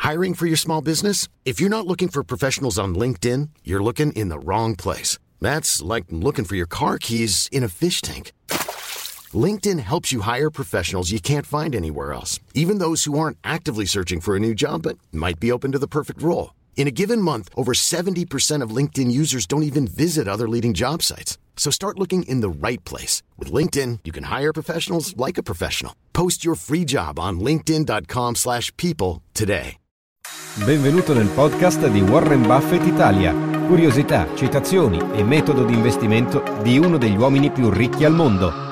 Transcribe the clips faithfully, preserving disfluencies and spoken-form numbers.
Hiring for your small business? If you're not looking for professionals on LinkedIn, you're looking in the wrong place. That's like looking for your car keys in a fish tank. LinkedIn helps you hire professionals you can't find anywhere else, even those who aren't actively searching for a new job but might be open to the perfect role. In a given month, over seventy percent of LinkedIn users don't even visit other leading job sites. So start looking in the right place. With LinkedIn, you can hire professionals like a professional. Post your free job on linkedin dot com slash people today. Benvenuto nel podcast di Warren Buffett Italia. Curiosità, citazioni e metodo di investimento di uno degli uomini più ricchi al mondo.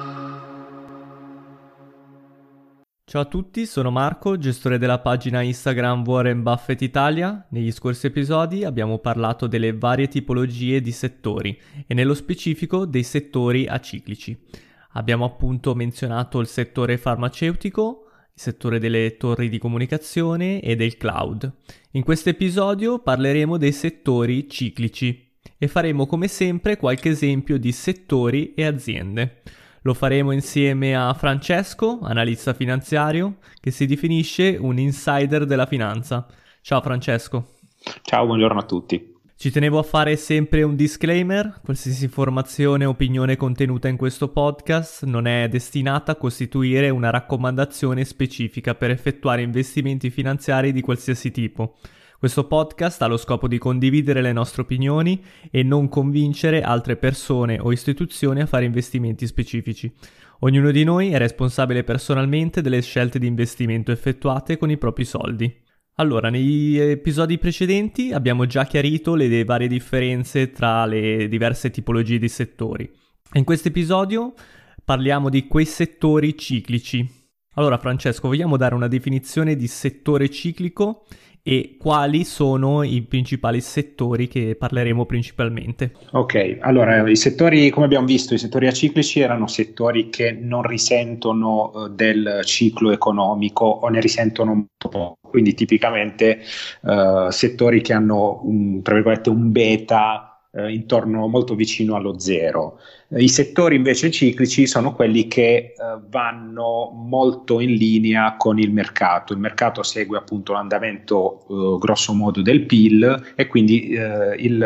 Ciao a tutti, sono Marco, gestore della pagina Instagram Warren Buffett Italia. Negli scorsi episodi abbiamo parlato delle varie tipologie di settori e nello specifico dei settori aciclici. Abbiamo appunto menzionato il settore farmaceutico, il settore delle torri di comunicazione e del cloud. In questo episodio parleremo dei settori ciclici e faremo come sempre qualche esempio di settori e aziende. Lo faremo insieme a Francesco, analista finanziario, che si definisce un insider della finanza. Ciao Francesco. Ciao, buongiorno a tutti. Ci tenevo a fare sempre un disclaimer: qualsiasi informazione o opinione contenuta in questo podcast non è destinata a costituire una raccomandazione specifica per effettuare investimenti finanziari di qualsiasi tipo. Questo podcast ha lo scopo di condividere le nostre opinioni e non convincere altre persone o istituzioni a fare investimenti specifici. Ognuno di noi è responsabile personalmente delle scelte di investimento effettuate con i propri soldi. Allora, negli episodi precedenti abbiamo già chiarito le varie differenze tra le diverse tipologie di settori. In questo episodio parliamo di quei settori ciclici. Allora, Francesco, vogliamo dare una definizione di settore ciclico e quali sono i principali settori che parleremo principalmente? Ok, allora i settori, come abbiamo visto, i settori aciclici erano settori che non risentono uh, del ciclo economico o ne risentono molto poco, quindi tipicamente uh, settori che hanno un, tra virgolette, un beta Uh, intorno molto vicino allo zero. Uh, I settori invece ciclici sono quelli che uh, vanno molto in linea con il mercato. Il mercato segue appunto l'andamento uh, grosso modo del P I L e quindi uh, il,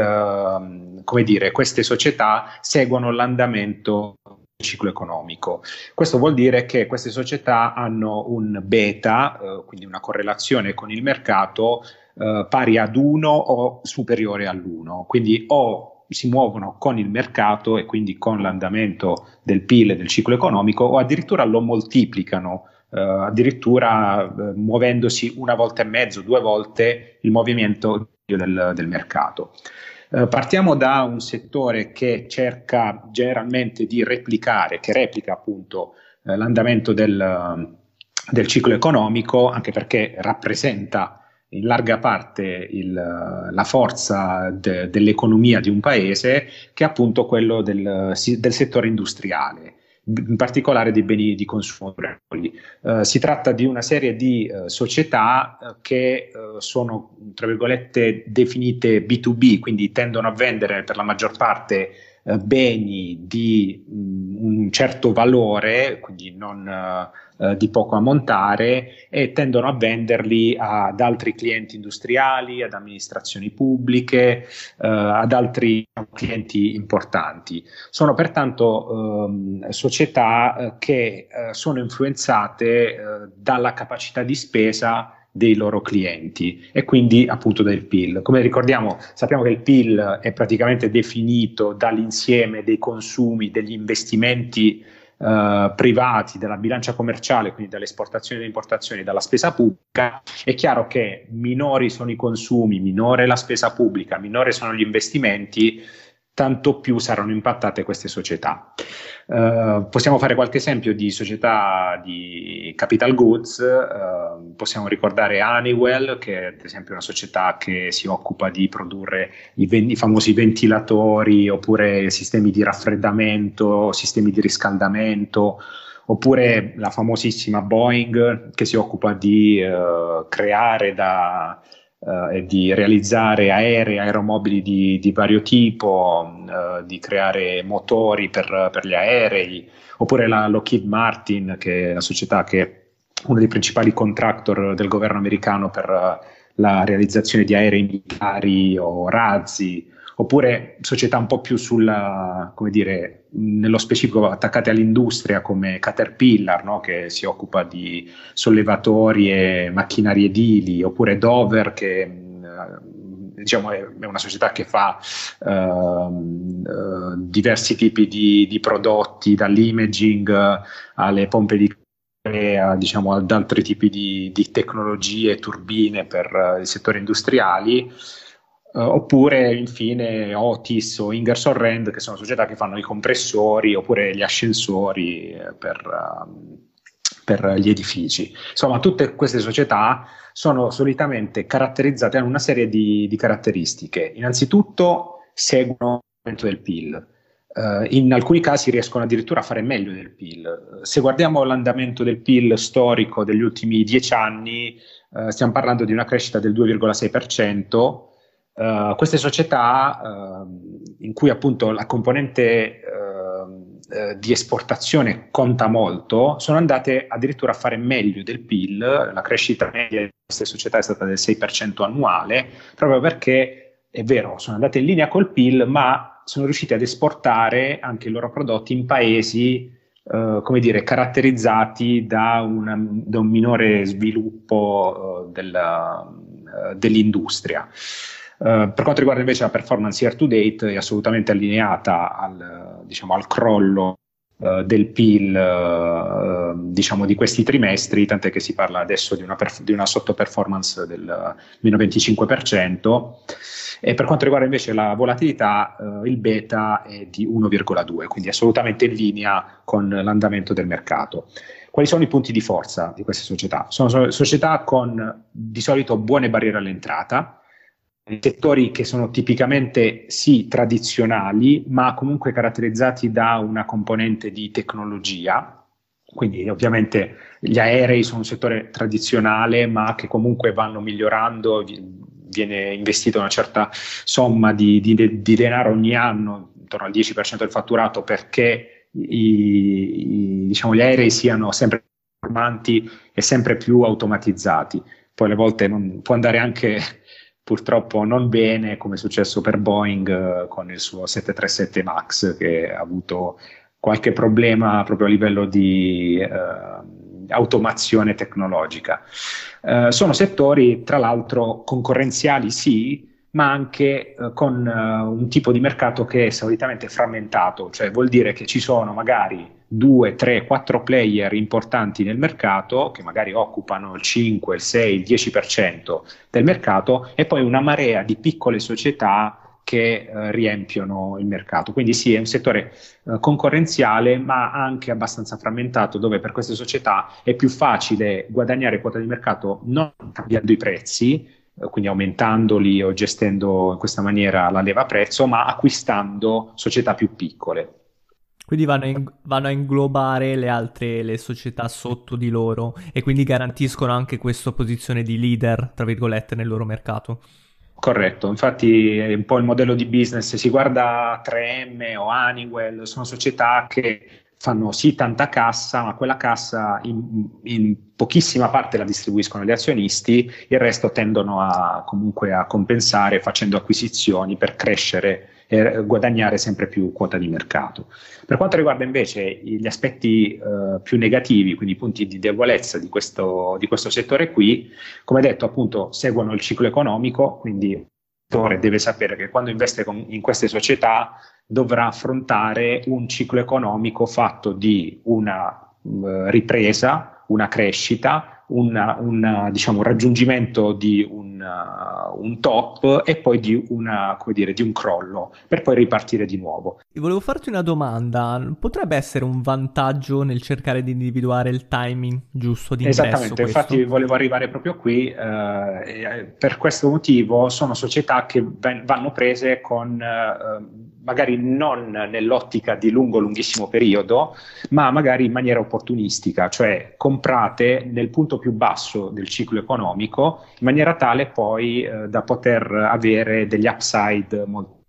uh, come dire, queste società seguono l'andamento del ciclo economico. Questo vuol dire che queste società hanno un beta, uh, quindi una correlazione con il mercato Uh, pari ad uno o superiore all'uno, quindi o si muovono con il mercato e quindi con l'andamento del P I L e del ciclo economico, o addirittura lo moltiplicano, uh, addirittura uh, muovendosi una volta e mezzo, due volte il movimento del, del mercato. Uh, partiamo da un settore che cerca generalmente di replicare, che replica appunto uh, l'andamento del, uh, del ciclo economico, anche perché rappresenta in larga parte il, la forza de, dell'economia di un paese, che è appunto quello del, del settore industriale, in particolare dei beni di consumo durevoli. Uh, si tratta di una serie di uh, società uh, che uh, sono, tra virgolette, definite B due B, quindi tendono a vendere per la maggior parte uh, beni di um, un certo valore, quindi non uh, Uh, di poco ammontare, e tendono a venderli ad altri clienti industriali, ad amministrazioni pubbliche, uh, ad altri clienti importanti. Sono pertanto um, società uh, che uh, sono influenzate uh, dalla capacità di spesa dei loro clienti e quindi appunto del P I L. Come ricordiamo, sappiamo che il P I L è praticamente definito dall'insieme dei consumi, degli investimenti Uh, privati, dalla bilancia commerciale, quindi dalle esportazioni e dalle importazioni, dalla spesa pubblica. È chiaro che minori sono i consumi, minore la spesa pubblica, minore sono gli investimenti, tanto più saranno impattate queste società. Uh, possiamo fare qualche esempio di società di capital goods. Uh, possiamo ricordare Honeywell, che è ad esempio una società che si occupa di produrre i, ven- i famosi ventilatori, oppure sistemi di raffreddamento, sistemi di riscaldamento, oppure la famosissima Boeing, che si occupa di uh, creare da Uh, e di realizzare aerei, aeromobili di, di vario tipo, uh, di creare motori per, per gli aerei, oppure la Lockheed Martin, che è la società che uno dei principali contractor del governo americano per uh, la realizzazione di aerei militari o razzi, oppure società un po' più sulla, come dire, nello specifico attaccate all'industria come Caterpillar, no? Che si occupa di sollevatori e macchinari edili, oppure Dover che uh, diciamo è una società che fa uh, uh, diversi tipi di, di prodotti, dall'imaging uh, alle pompe di A, diciamo, ad altri tipi di, di tecnologie, turbine per uh, il settore industriali, uh, oppure infine Otis o Ingersoll Rand, che sono società che fanno i compressori oppure gli ascensori uh, per, uh, per gli edifici. Insomma, tutte queste società sono solitamente caratterizzate da una serie di, di caratteristiche. Innanzitutto seguono l'aumento del P I L. Uh, in alcuni casi riescono addirittura a fare meglio del P I L. Se guardiamo l'andamento del P I L storico degli ultimi dieci anni, uh, stiamo parlando di una crescita del due virgola sei per cento. Uh, queste società, uh, in cui appunto la componente uh, uh, di esportazione conta molto, sono andate addirittura a fare meglio del P I L. La crescita media di queste società è stata del sei per cento annuale, proprio perché, è vero, sono andate in linea col P I L, ma sono riusciti ad esportare anche i loro prodotti in paesi, eh, come dire, caratterizzati da, una, da un minore sviluppo eh, della, eh, dell'industria. Uh, per quanto riguarda invece la performance year to date, è assolutamente allineata al, diciamo, al crollo uh, del P I L uh, diciamo, di questi trimestri, tant'è che si parla adesso di una, perf- di una sottoperformance del meno venticinque per cento. E per quanto riguarda invece la volatilità, eh, il beta è di uno virgola due, quindi assolutamente in linea con l'andamento del mercato. Quali sono i punti di forza di queste società? Sono so- società con di solito buone barriere all'entrata, settori che sono tipicamente sì tradizionali, ma comunque caratterizzati da una componente di tecnologia. Quindi ovviamente gli aerei sono un settore tradizionale, ma che comunque vanno migliorando. Viene investita una certa somma di, di, di denaro ogni anno, intorno al dieci per cento del fatturato, perché i, i, diciamo, gli aerei siano sempre più performanti e sempre più automatizzati. Poi alle volte non, può andare anche purtroppo non bene, come è successo per Boeing uh, con il suo sette tre sette MAX, che ha avuto qualche problema proprio a livello di uh, automazione tecnologica. Uh, sono settori, tra l'altro, concorrenziali sì, ma anche uh, con uh, un tipo di mercato che è solitamente frammentato, cioè vuol dire che ci sono magari due, tre, quattro player importanti nel mercato che magari occupano il cinque, il sei, il dieci per cento del mercato, e poi una marea di piccole società che eh, riempiono il mercato. Quindi sì, è un settore eh, concorrenziale, ma anche abbastanza frammentato, dove per queste società è più facile guadagnare quota di mercato non cambiando i prezzi, eh, quindi aumentandoli o gestendo in questa maniera la leva prezzo, ma acquistando società più piccole. Quindi vanno, in, vanno a inglobare le altre le società sotto di loro, e quindi garantiscono anche questa posizione di leader, tra virgolette, nel loro mercato. Corretto, infatti è un po' il modello di business. Si guarda tre M o Honeywell, sono società che fanno sì tanta cassa, ma quella cassa in, in pochissima parte la distribuiscono agli azionisti, il resto tendono a comunque a compensare facendo acquisizioni per crescere e guadagnare sempre più quota di mercato. Per quanto riguarda invece gli aspetti eh, più negativi, quindi i punti di debolezza di questo, di questo settore qui, come detto appunto seguono il ciclo economico, quindi il settore deve sapere che quando investe con, in queste società dovrà affrontare un ciclo economico fatto di una uh, ripresa, una crescita, una, una, diciamo, un raggiungimento di un, uh, un top e poi di, una, come dire, di un crollo, per poi ripartire di nuovo. Volevo farti una domanda: potrebbe essere un vantaggio nel cercare di individuare il timing giusto di ingresso? Esattamente, questo? Infatti volevo arrivare proprio qui, eh, per questo motivo sono società che ven- vanno prese con eh, magari non nell'ottica di lungo lunghissimo periodo, ma magari in maniera opportunistica, cioè comprate nel punto più basso del ciclo economico, in maniera tale poi eh, da poter avere degli upside molto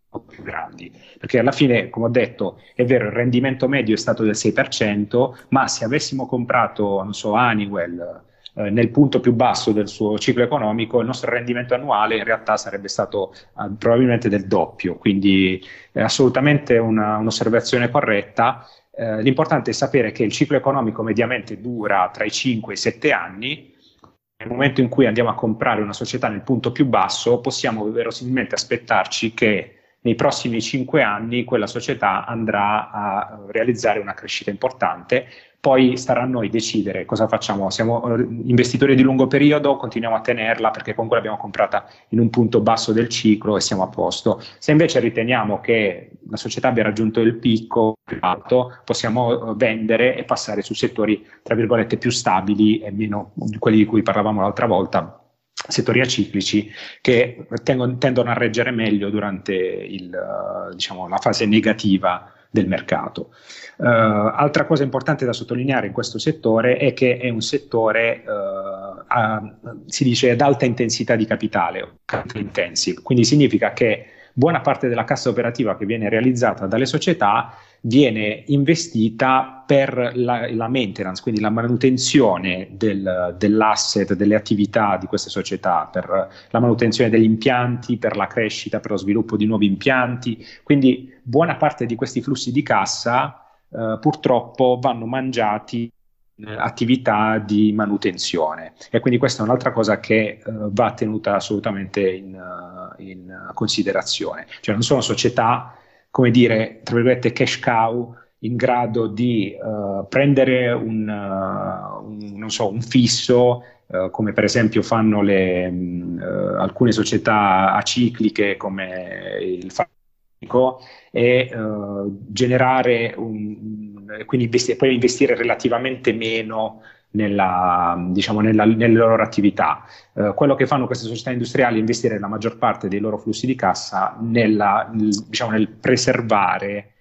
più grandi, perché alla fine, come ho detto, è vero, il rendimento medio è stato del sei per cento, ma se avessimo comprato, non so, Honeywell eh, nel punto più basso del suo ciclo economico, il nostro rendimento annuale in realtà sarebbe stato eh, probabilmente del doppio, quindi è assolutamente una, un'osservazione corretta. Eh, l'importante è sapere che il ciclo economico mediamente dura tra i cinque e i sette anni. Nel momento in cui andiamo a comprare una società nel punto più basso, possiamo verosimilmente aspettarci che nei prossimi cinque anni quella società andrà a realizzare una crescita importante. Poi starà a noi decidere cosa facciamo. Siamo investitori di lungo periodo, continuiamo a tenerla perché comunque l'abbiamo comprata in un punto basso del ciclo e siamo a posto. Se invece riteniamo che la società abbia raggiunto il picco più alto, possiamo vendere e passare su settori, tra virgolette, più stabili e meno di quelli di cui parlavamo l'altra volta, settori aciclici, che tengono, tendono a reggere meglio durante il, diciamo, la fase negativa del mercato. Uh, altra cosa importante da sottolineare in questo settore è che è un settore uh, a, si dice ad alta intensità di capitale, capital intensive, quindi significa che buona parte della cassa operativa che viene realizzata dalle società viene investita per la, la maintenance, quindi la manutenzione del, dell'asset, delle attività di queste società, per la manutenzione degli impianti, per la crescita, per lo sviluppo di nuovi impianti. Quindi buona parte di questi flussi di cassa eh, purtroppo vanno mangiati in attività di manutenzione, e quindi questa è un'altra cosa che uh, va tenuta assolutamente in, uh, in considerazione. Cioè non sono società, come dire, tra virgolette, cash cow, in grado di uh, prendere un, uh, un, non so, un fisso, uh, come per esempio fanno le, uh, alcune società acicliche come il farmaco, e uh, generare un, quindi investi- poi investire relativamente meno nella, diciamo, nella, nelle loro attività. Uh, quello che fanno queste società industriali è investire la maggior parte dei loro flussi di cassa nella, nel, diciamo, nel preservare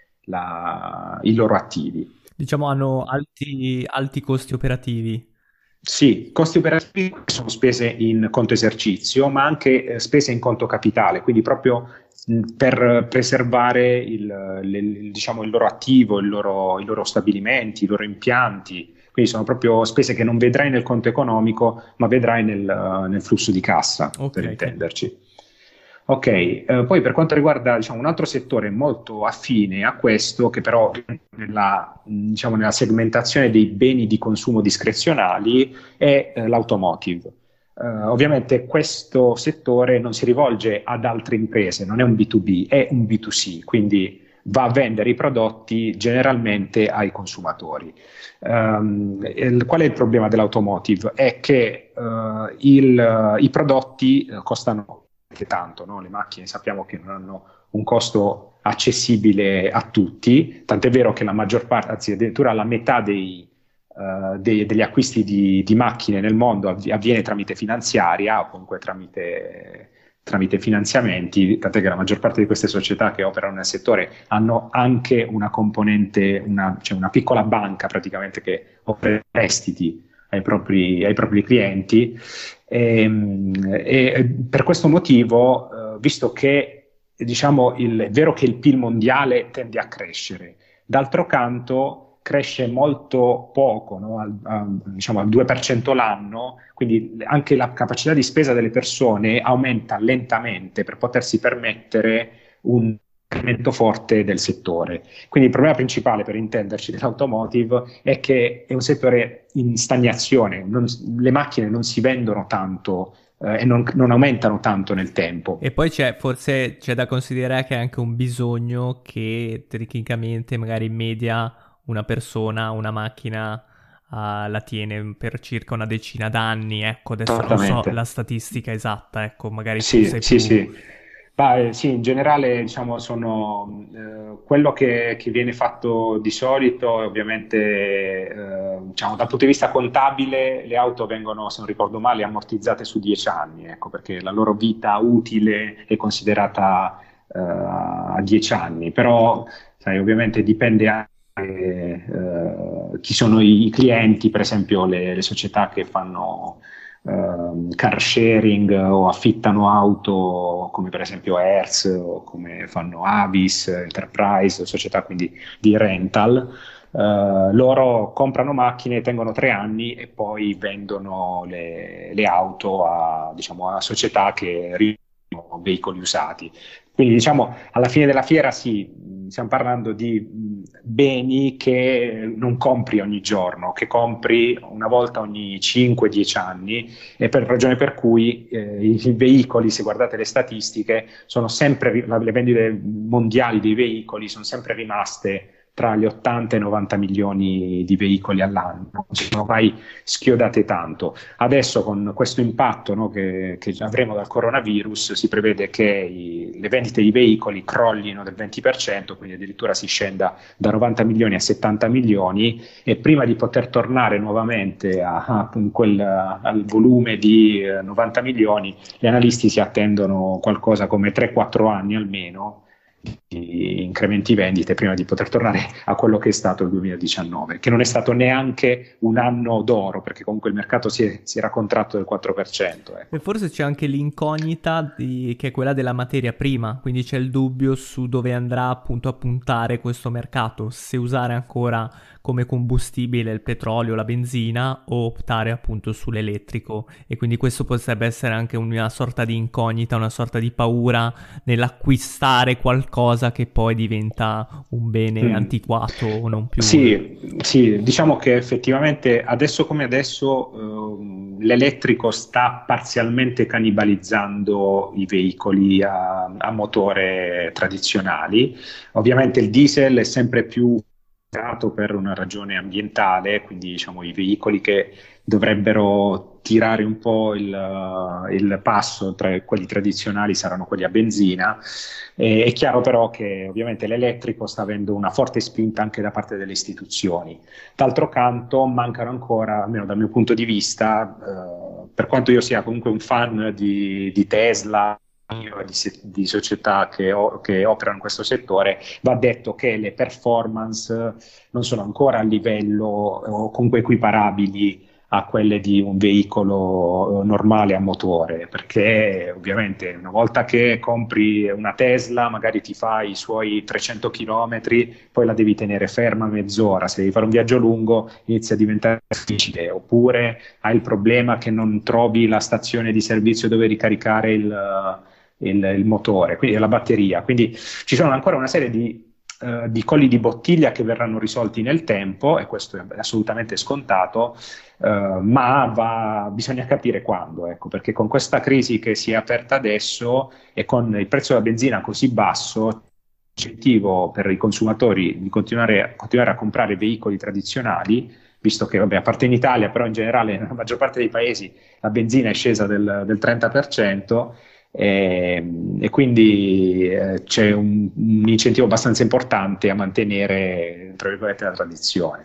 la, i loro attivi. Diciamo hanno alti, alti costi operativi. Sì, costi operativi sono spese in conto esercizio, ma anche eh, spese in conto capitale, quindi proprio mh, per preservare il, le, il, diciamo, il loro attivo, il loro, i loro stabilimenti, i loro impianti. Quindi sono proprio spese che non vedrai nel conto economico, ma vedrai nel, nel flusso di cassa, okay, per intenderci. Ok, eh, poi per quanto riguarda, diciamo, un altro settore molto affine a questo, che però nella, diciamo, nella segmentazione dei beni di consumo discrezionali, è eh, l'automotive. Eh, ovviamente questo settore non si rivolge ad altre imprese, non è un B due B, è un B due C, quindi va a vendere i prodotti generalmente ai consumatori. Um, il, qual è il problema dell'automotive? È che uh, il, uh, i prodotti uh, costano tanto, no? Le macchine sappiamo che non hanno un costo accessibile a tutti, tant'è vero che la maggior parte, anzi addirittura la metà dei, uh, dei, degli acquisti di, di macchine nel mondo avviene tramite finanziaria o comunque tramite tramite finanziamenti, tant'è che la maggior parte di queste società che operano nel settore hanno anche una componente, una, cioè una piccola banca praticamente che offre prestiti ai propri, ai propri clienti, e, e per questo motivo, eh, visto che diciamo il, è vero che il P I L mondiale tende a crescere, d'altro canto cresce molto poco, no? al, a, diciamo al due per cento l'anno, quindi anche la capacità di spesa delle persone aumenta lentamente per potersi permettere un incremento forte del settore. Quindi il problema principale, per intenderci, dell'automotive è che è un settore in stagnazione, non, le macchine non si vendono tanto eh, e non, non aumentano tanto nel tempo. E poi c'è, forse c'è da considerare che è anche un bisogno che tecnicamente magari in media una persona, una macchina uh, la tiene per circa una decina d'anni, ecco, adesso non so la statistica esatta, ecco, magari sì, tu sei sì, più... sì. Beh, sì, in generale, diciamo, sono eh, quello che, che viene fatto di solito, ovviamente, eh, diciamo, dal punto di vista contabile, le auto vengono, se non ricordo male, ammortizzate su dieci anni, ecco, perché la loro vita utile è considerata eh, a dieci anni, però, sai, ovviamente dipende anche Eh, chi sono i clienti, per esempio le, le società che fanno uh, car sharing o affittano auto come per esempio Hertz o come fanno Avis, Enterprise, società quindi di rental. Uh, loro comprano macchine, tengono tre anni e poi vendono le, le auto a, diciamo, a società che rivendono veicoli usati. Quindi diciamo alla fine della fiera sì, stiamo parlando di beni che non compri ogni giorno, che compri una volta ogni cinque dieci anni, e per ragione per cui eh, i veicoli, se guardate le statistiche, sono sempre, le vendite mondiali dei veicoli sono sempre rimaste tra gli ottanta e i novanta milioni di veicoli all'anno, non si sono mai schiodate tanto. Adesso con questo impatto, no, che, che avremo dal coronavirus, si prevede che i, le vendite di veicoli crollino del venti per cento, quindi addirittura si scenda da novanta milioni a settanta milioni, e prima di poter tornare nuovamente a, a quel, al volume di eh, novanta milioni, gli analisti si attendono qualcosa come tre quattro anni almeno di incrementi vendite prima di poter tornare a quello che è stato il duemiladiciannove, che non è stato neanche un anno d'oro, perché comunque il mercato si, è, si era contratto del quattro per cento. Ecco. E forse c'è anche l'incognita di, che è quella della materia prima, quindi c'è il dubbio su dove andrà appunto a puntare questo mercato, se usare ancora come combustibile il petrolio, la benzina, o optare appunto sull'elettrico, e quindi questo potrebbe essere anche una sorta di incognita, una sorta di paura nell'acquistare qualcosa che poi diventa un bene mm. antiquato o non più. Sì, sì, diciamo che effettivamente adesso come adesso eh, l'elettrico sta parzialmente cannibalizzando i veicoli a, a motore tradizionali. Ovviamente il diesel è sempre più per una ragione ambientale, quindi diciamo i veicoli che dovrebbero tirare un po' il, il passo tra quelli tradizionali saranno quelli a benzina. E, è chiaro però che ovviamente l'elettrico sta avendo una forte spinta anche da parte delle istituzioni. D'altro canto mancano ancora, almeno dal mio punto di vista, eh, per quanto io sia comunque un fan di, di Tesla, Di, di società che, o, che operano in questo settore, va detto che le performance non sono ancora a livello o comunque equiparabili a quelle di un veicolo normale a motore, perché ovviamente una volta che compri una Tesla magari ti fai i suoi trecento chilometri, poi la devi tenere ferma mezz'ora, se devi fare un viaggio lungo inizia a diventare difficile, oppure hai il problema che non trovi la stazione di servizio dove ricaricare il Il, il motore, quindi la batteria, quindi ci sono ancora una serie di, uh, di colli di bottiglia che verranno risolti nel tempo, e questo è assolutamente scontato, uh, ma va, bisogna capire quando, ecco, perché con questa crisi che si è aperta adesso e con il prezzo della benzina così basso, l'incentivo per i consumatori di continuare, continuare a comprare veicoli tradizionali, visto che, vabbè, a parte in Italia, però in generale nella maggior parte dei paesi la benzina è scesa del, del trenta per cento, E, e quindi eh, c'è un, un incentivo abbastanza importante a mantenere, tra virgolette, la tradizione.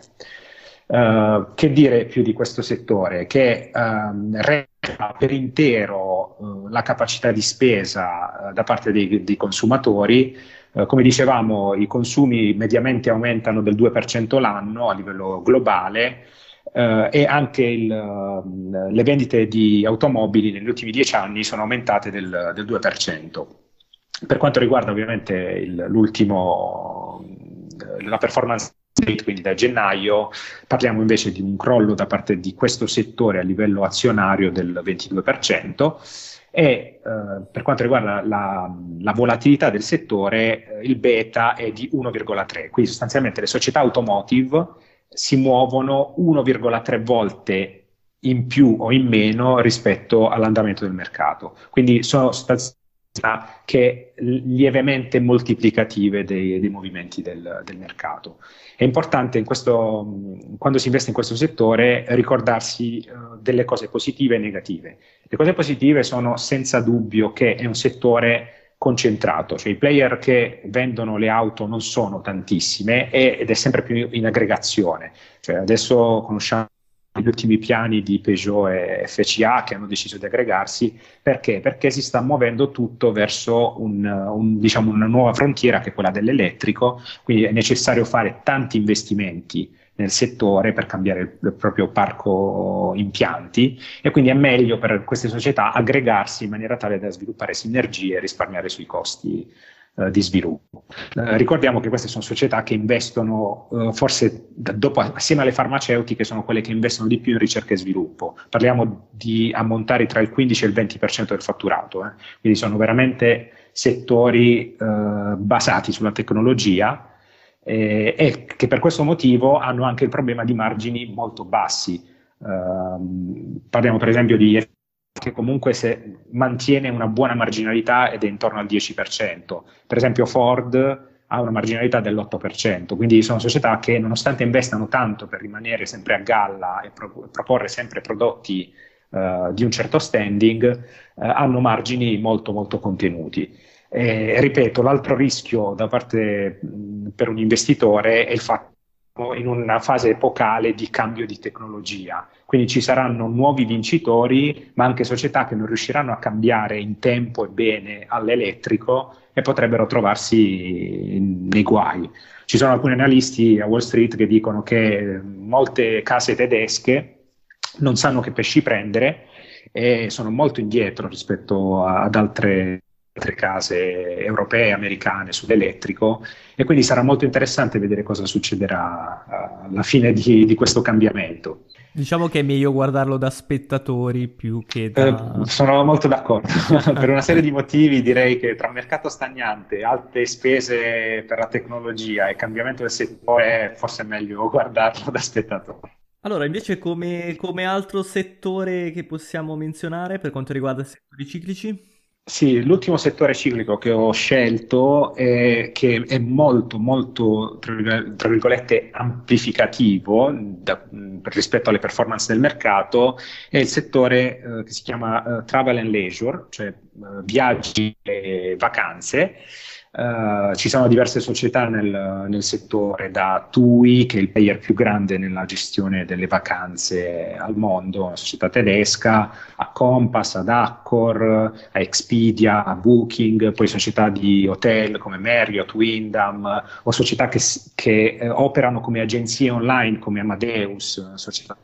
Uh, che dire più di questo settore? Che uh, reca per intero uh, la capacità di spesa uh, da parte dei, dei consumatori. Uh, come dicevamo, i consumi mediamente aumentano del due per cento l'anno a livello globale. Uh, e anche il, uh, le vendite di automobili negli ultimi dieci anni sono aumentate del, del due per cento. Per quanto riguarda ovviamente il, l'ultimo, la performance rate, quindi da gennaio, parliamo invece di un crollo da parte di questo settore a livello azionario del ventidue per cento. E uh, per quanto riguarda la, la volatilità del settore, uh, il beta è di uno virgola tre, quindi sostanzialmente le società automotive si muovono uno virgola tre volte in più o in meno rispetto all'andamento del mercato. Quindi sono statistiche che lievemente moltiplicative dei, dei movimenti del, del mercato. È importante in questo, quando si investe in questo settore, ricordarsi uh, delle cose positive e negative. Le cose positive sono senza dubbio che è un settore concentrato, cioè i player che vendono le auto non sono tantissime ed è sempre più in aggregazione, cioè adesso conosciamo gli ultimi piani di Peugeot e F C A che hanno deciso di aggregarsi. Perché? Perché si sta muovendo tutto verso un, un, diciamo una nuova frontiera che è quella dell'elettrico, quindi è necessario fare tanti investimenti nel settore per cambiare il, il proprio parco impianti, e quindi è meglio per queste società aggregarsi in maniera tale da sviluppare sinergie e risparmiare sui costi eh, di sviluppo. Eh, ricordiamo che queste sono società che investono, eh, forse da, dopo, assieme alle farmaceutiche, sono quelle che investono di più in ricerca e sviluppo. Parliamo di ammontari tra il quindici e il venti per cento del fatturato, eh. Quindi sono veramente settori eh, basati sulla tecnologia, eh, e che per questo motivo hanno anche il problema di margini molto bassi. Uh, parliamo per esempio di che comunque se mantiene una buona marginalità ed è intorno al dieci per cento. Per esempio Ford ha una marginalità dell'otto per cento, quindi sono società che, nonostante investano tanto per rimanere sempre a galla e pro- proporre sempre prodotti uh, di un certo standing, uh, hanno margini molto molto contenuti. E, ripeto, l'altro rischio da parte mh, per un investitore è il fatto in una fase epocale di cambio di tecnologia, quindi ci saranno nuovi vincitori, ma anche società che non riusciranno a cambiare in tempo e bene all'elettrico e potrebbero trovarsi nei guai. Ci sono alcuni analisti a Wall Street che dicono che molte case tedesche non sanno che pesci prendere e sono molto indietro rispetto ad altre altre case europee, americane sull'elettrico, e quindi sarà molto interessante vedere cosa succederà alla fine di, di questo cambiamento. Diciamo che è meglio guardarlo da spettatori più che da... Eh, sono molto d'accordo. Per una serie di motivi direi che tra mercato stagnante, alte spese per la tecnologia e cambiamento del settore forse è meglio guardarlo da spettatore. Allora, invece come, come altro settore che possiamo menzionare per quanto riguarda i settori ciclici? Sì, l'ultimo settore ciclico che ho scelto è che è molto, molto, tra virgolette, amplificativo da, rispetto alle performance del mercato, è il settore eh, che si chiama uh, Travel and Leisure, cioè uh, viaggi e vacanze. Uh, ci sono diverse società nel, nel settore, da TUI, che è il player più grande nella gestione delle vacanze al mondo, una società tedesca, a Compass, ad Accor, a Expedia, a Booking, poi società di hotel come Marriott, Wyndham, o società che, che eh, operano come agenzie online come Amadeus, società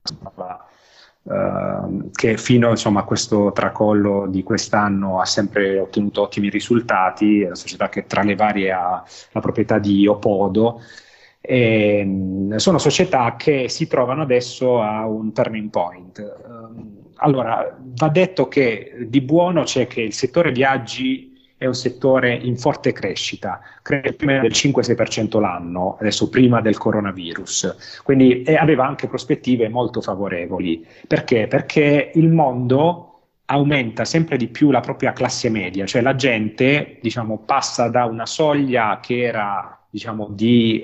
Uh, che fino insomma, a questo tracollo di quest'anno ha sempre ottenuto ottimi risultati. È una società che tra le varie ha la proprietà di Opodo, e um, sono società che si trovano adesso a un turning point. Uh, allora, va detto che di buono c'è che il settore viaggi è un settore in forte crescita, cresce prima del cinque sei per cento l'anno, adesso prima del coronavirus, quindi e aveva anche prospettive molto favorevoli. Perché? Perché il mondo aumenta sempre di più la propria classe media, cioè la gente, diciamo, passa da una soglia che era, diciamo, di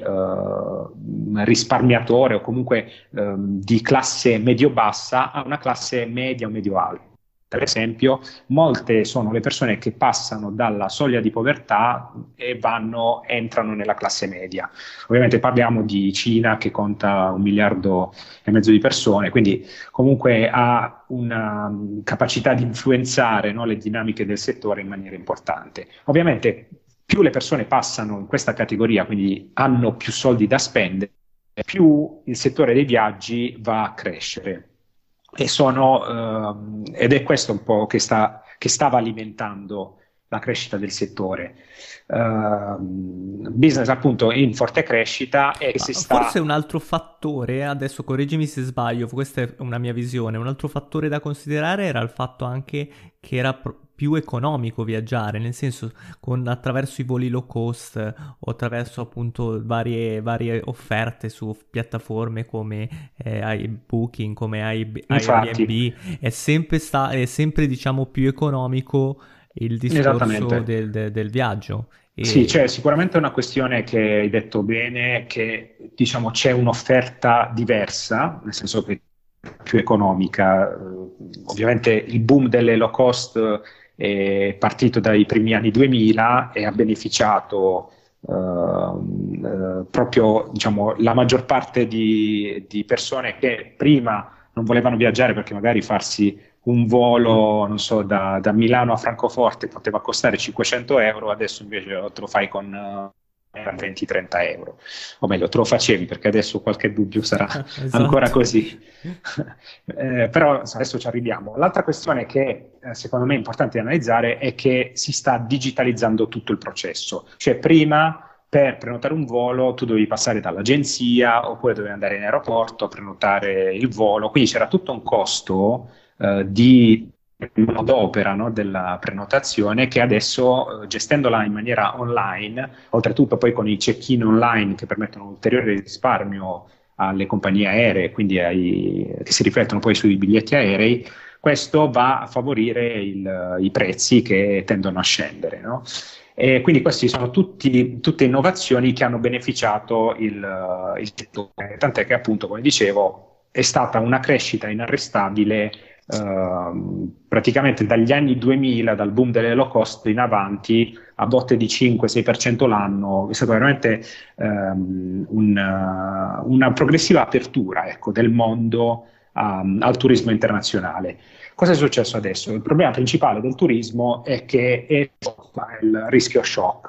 eh, risparmiatore o comunque eh, di classe medio-bassa a una classe media o medio-alta. Per esempio, molte sono le persone che passano dalla soglia di povertà e vanno, entrano nella classe media. Ovviamente parliamo di Cina, che conta un miliardo e mezzo di persone, quindi comunque ha una capacità di influenzare, no, le dinamiche del settore in maniera importante. Ovviamente più le persone passano in questa categoria, quindi hanno più soldi da spendere, più il settore dei viaggi va a crescere. E sono, eh, ed è questo un po' che, sta, che stava alimentando la crescita del settore. Uh, business appunto in forte crescita e che si sta... Forse un altro fattore, adesso correggimi se sbaglio, questa è una mia visione, un altro fattore da considerare era il fatto anche che era pro- più economico viaggiare, nel senso con attraverso i voli low cost o attraverso appunto varie, varie offerte su piattaforme come eh, Booking, come Airbnb, è sempre, sta- è sempre diciamo più economico il discorso del, del, del viaggio. E... Sì, cioè sicuramente è una questione che hai detto bene, che diciamo c'è un'offerta diversa, nel senso che è più economica. Ovviamente il boom delle low cost è partito dai primi anni duemila e ha beneficiato uh, uh, proprio diciamo, la maggior parte di, di persone che prima non volevano viaggiare perché magari farsi un volo, non so, da, da Milano a Francoforte poteva costare cinquecento euro, adesso invece te lo fai con uh, a venti trenta euro, o meglio te lo facevi, perché adesso qualche dubbio sarà Esatto. ancora così. eh, però adesso ci arriviamo. L'altra questione che eh, secondo me è importante analizzare è che si sta digitalizzando tutto il processo, cioè prima per prenotare un volo tu dovevi passare dall'agenzia oppure dovevi andare in aeroporto a prenotare il volo, quindi c'era tutto un costo eh, di manodopera, no, della prenotazione che adesso eh, gestendola in maniera online, oltretutto poi con i check-in online che permettono un ulteriore risparmio alle compagnie aeree, quindi ai, che si riflettono poi sui biglietti aerei, questo va a favorire il, i prezzi che tendono a scendere, no? E quindi queste sono tutti, tutte innovazioni che hanno beneficiato il, il settore, tant'è che appunto, come dicevo, è stata una crescita inarrestabile Uh, praticamente dagli anni duemila, dal boom delle low cost in avanti, a botte di cinque sei per cento l'anno. È stata veramente um, una, una progressiva apertura, ecco, del mondo um, al turismo internazionale. Cosa è successo adesso? Il problema principale del turismo è che è il rischio shock.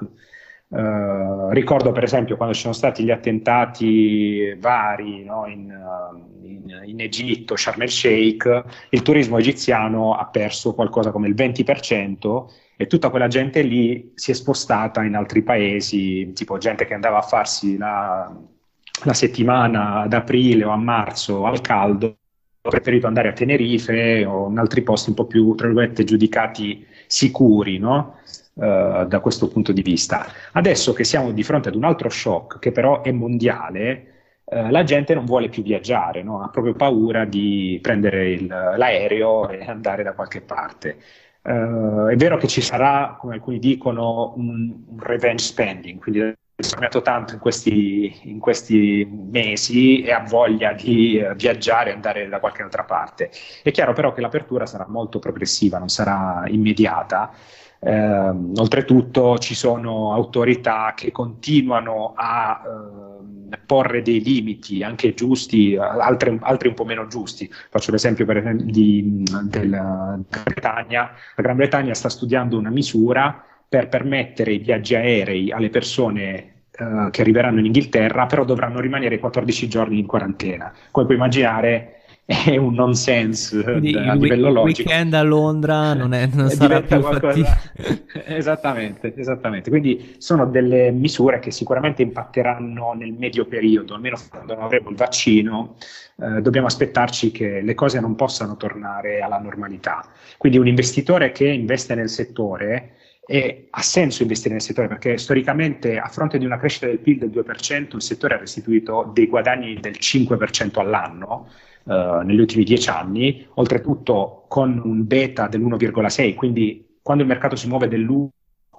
Uh, ricordo per esempio quando ci sono stati gli attentati vari, no, in, uh, in, in Egitto, Sharm el Sheikh, il turismo egiziano ha perso qualcosa come il venti per cento e tutta quella gente lì si è spostata in altri paesi, tipo gente che andava a farsi la, la settimana ad aprile o a marzo al caldo, ha preferito andare a Tenerife o in altri posti un po' più, tra virgolette, giudicati sicuri, no? Uh, da questo punto di vista. Adesso che siamo di fronte ad un altro shock che però è mondiale, uh, la gente non vuole più viaggiare, no? Ha proprio paura di prendere il, l'aereo e andare da qualche parte. Uh, è vero che ci sarà, come alcuni dicono, un, un revenge spending, quindi ha risparmiato tanto in questi, in questi mesi e ha voglia di uh, viaggiare e andare da qualche altra parte. È chiaro però che l'apertura sarà molto progressiva, non sarà immediata. Eh, oltretutto ci sono autorità che continuano a eh, porre dei limiti anche giusti, altri, altri un po' meno giusti. Faccio l'esempio per esempio di, della Gran Bretagna. La Gran Bretagna sta studiando una misura per permettere i viaggi aerei alle persone eh, che arriveranno in Inghilterra, però dovranno rimanere quattordici giorni in quarantena. Come puoi immaginare è un nonsense Quindi a il livello logico. Il weekend a Londra non, è, non sarà più fattibile. esattamente, esattamente. Quindi sono delle misure che sicuramente impatteranno nel medio periodo, almeno quando non avremo il vaccino. Eh, dobbiamo aspettarci che le cose non possano tornare alla normalità. Quindi un investitore che investe nel settore, e ha senso investire nel settore perché storicamente, a fronte di una crescita del P I L del due per cento, il settore ha restituito dei guadagni del cinque per cento all'anno Uh, negli ultimi dieci anni, oltretutto con un beta dell'uno virgola sei, quindi quando il mercato si muove dell'uno,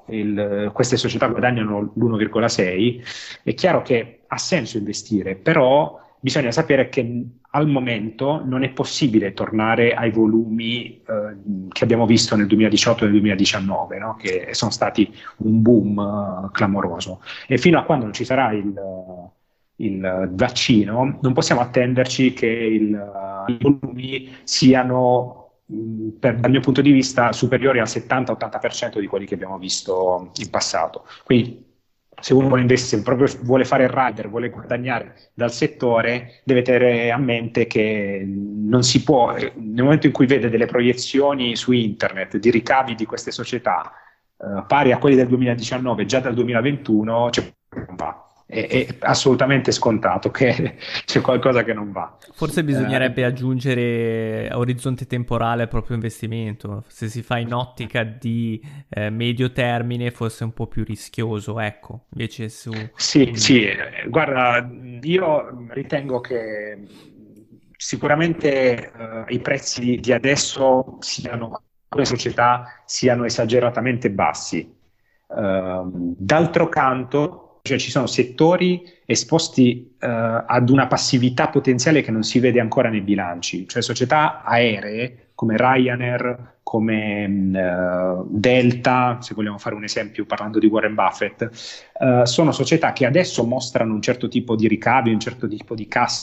il, queste società guadagnano l'uno virgola sei. È chiaro che ha senso investire, però bisogna sapere che al momento non è possibile tornare ai volumi uh, che abbiamo visto nel duemiladiciotto e nel duemiladiciannove, no? Che sono stati un boom uh, clamoroso, e fino a quando non ci sarà il uh, il vaccino, non possiamo attenderci che il, uh, i volumi siano, mh, per, dal mio punto di vista, superiori al settanta ottanta per cento di quelli che abbiamo visto in passato. Quindi, se uno vuole investire, proprio vuole fare il rider, vuole guadagnare dal settore, deve tenere a mente che non si può, nel momento in cui vede delle proiezioni su internet di ricavi di queste società uh, pari a quelli del duemiladiciannove, già dal duemilaventuno, cioè, non va. È, è assolutamente scontato che c'è qualcosa che non va. Forse bisognerebbe eh, aggiungere orizzonte temporale al proprio investimento. Se si fa in ottica di eh, medio termine, forse è un po' più rischioso, ecco. Invece su sì, sì, guarda, io ritengo che sicuramente uh, i prezzi di adesso siano, le società siano esageratamente bassi. Uh, d'altro canto, cioè ci sono settori esposti uh, ad una passività potenziale che non si vede ancora nei bilanci, cioè società aeree come Ryanair, come uh, Delta, se vogliamo fare un esempio parlando di Warren Buffett, uh, sono società che adesso mostrano un certo tipo di ricavi, un certo tipo di cassa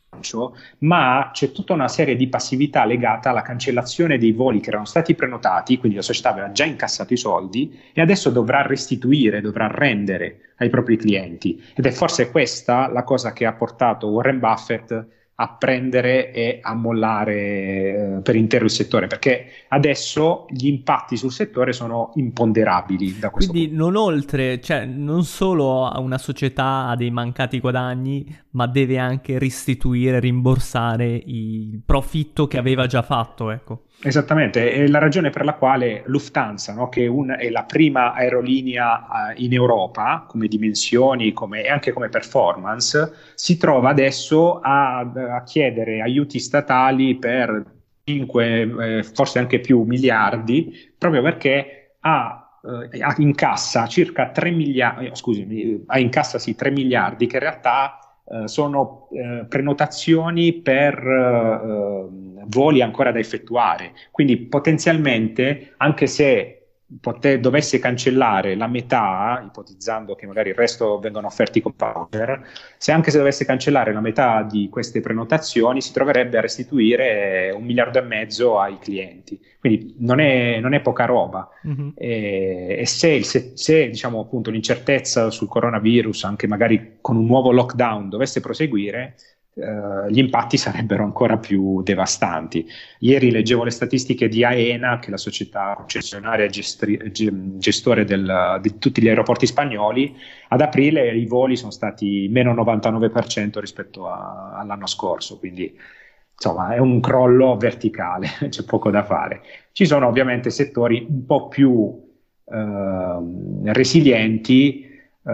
ma c'è tutta una serie di passività legata alla cancellazione dei voli che erano stati prenotati, quindi la società aveva già incassato i soldi e adesso dovrà restituire, dovrà rendere ai propri clienti, ed è forse questa la cosa che ha portato Warren Buffett a prendere e a mollare eh, per intero il settore, perché adesso gli impatti sul settore sono imponderabili da questo Quindi punto. non oltre, cioè non solo una società ha dei mancati guadagni, ma deve anche restituire, rimborsare il profitto che aveva già fatto, ecco. Esattamente, è la ragione per la quale Lufthansa, no, che è, un, è la prima aerolinea uh, in Europa come dimensioni come, e anche come performance, si trova adesso a, a chiedere aiuti statali per cinque, eh, forse anche più miliardi, proprio perché ha, eh, ha in cassa circa tre miliardi, eh, scusami, ha in cassa sì tre miliardi che in realtà Uh, sono uh, prenotazioni per uh, voli ancora da effettuare, quindi potenzialmente, anche se pote- dovesse cancellare la metà, ipotizzando che magari il resto vengono offerti con voucher, se anche se dovesse cancellare la metà di queste prenotazioni si troverebbe a restituire un miliardo e mezzo ai clienti, quindi non è, non è poca roba. Mm-hmm. e, e se, se, se diciamo appunto l'incertezza sul coronavirus, anche magari con un nuovo lockdown, dovesse proseguire, Uh, gli impatti sarebbero ancora più devastanti. Ieri leggevo le statistiche di AENA, che è la società concessionaria gestri- gestore del, di tutti gli aeroporti spagnoli. Ad aprile i voli sono stati meno novantanove per cento rispetto a, all'anno scorso, quindi insomma è un crollo verticale, c'è poco da fare. Ci sono ovviamente settori un po' più uh, resilienti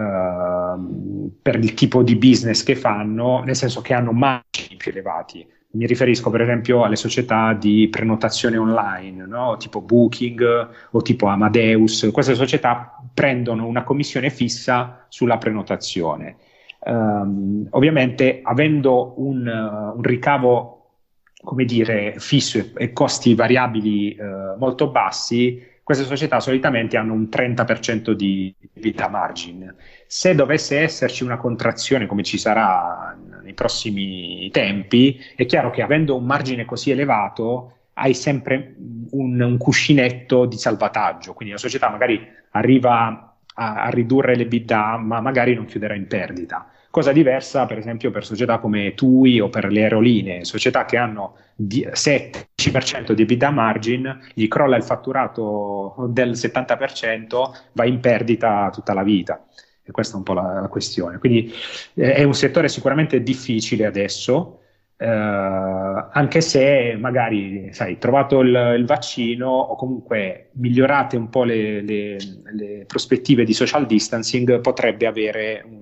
Uh, per il tipo di business che fanno, nel senso che hanno margini più elevati. Mi riferisco per esempio alle società di prenotazione online, no? Tipo Booking o tipo Amadeus. Queste società prendono una commissione fissa sulla prenotazione. Um, ovviamente avendo un, uh, un ricavo, come dire, fisso e, e costi variabili uh, molto bassi, queste società solitamente hanno un trenta per cento di EBITDA margin. Se dovesse esserci una contrazione, come ci sarà nei prossimi tempi, è chiaro che avendo un margine così elevato hai sempre un, un cuscinetto di salvataggio, quindi la società magari arriva a, a ridurre l'EBITDA, ma magari non chiuderà in perdita. Cosa diversa per esempio per società come TUI o per le aerolinee, società che hanno sette per cento di EBITDA margin, gli crolla il fatturato del settanta per cento, va in perdita tutta la vita. E questa è un po' la, la questione. Quindi eh, è un settore sicuramente difficile adesso, eh, anche se magari, sai, trovato il, il vaccino o comunque migliorate un po' le, le, le prospettive di social distancing, potrebbe avere un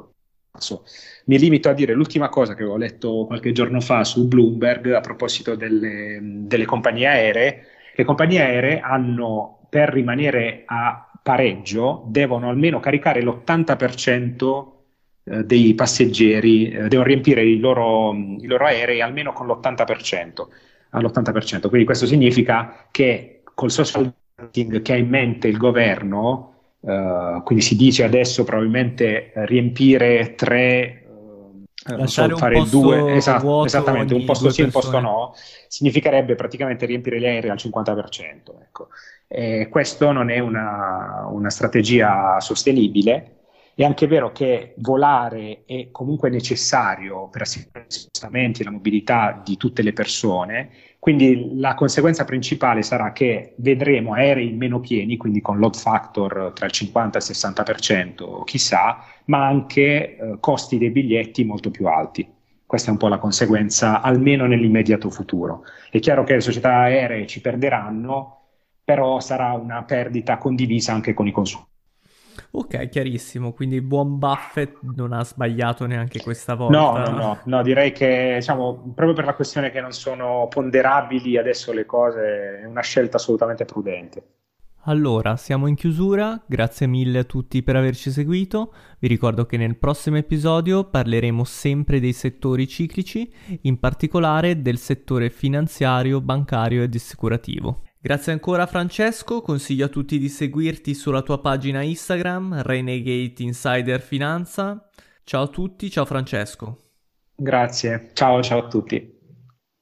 Mi limito a dire l'ultima cosa che avevo letto qualche giorno fa su Bloomberg a proposito delle, delle compagnie aeree. Le compagnie aeree hanno, per rimanere a pareggio, devono almeno caricare l'ottanta per cento dei passeggeri, eh, devono riempire i loro, i loro aerei almeno con l'ottanta per cento, all'ottanta per cento. Quindi questo significa che col social distancing che ha in mente il governo, Uh, quindi si dice adesso probabilmente uh, riempire tre, uh, lasciare so, fare un posto due, esatto, vuoto, esattamente un posto sì, un posto no, significherebbe praticamente riempire gli aerei al cinquanta per cento. Ecco. E questo non è una, una strategia sostenibile. È anche vero che volare è comunque necessario per assicurare gli spostamenti e la mobilità di tutte le persone, quindi la conseguenza principale sarà che vedremo aerei meno pieni, quindi con load factor tra il cinquanta e il sessanta per cento, chissà, ma anche eh, costi dei biglietti molto più alti. Questa è un po' la conseguenza, almeno nell'immediato futuro. È chiaro che le società aeree ci perderanno, però sarà una perdita condivisa anche con i consumatori. Ok, chiarissimo, quindi il buon Buffett non ha sbagliato neanche questa volta. No, no, no, no, direi che diciamo, proprio per la questione che non sono ponderabili adesso le cose, è una scelta assolutamente prudente. Allora, siamo in chiusura, grazie mille a tutti per averci seguito. Vi ricordo che nel prossimo episodio parleremo sempre dei settori ciclici, in particolare del settore finanziario, bancario ed assicurativo. Grazie ancora Francesco, consiglio a tutti di seguirti sulla tua pagina Instagram, Renegade Insider Finanza. Ciao a tutti, ciao Francesco. Grazie, ciao ciao a tutti.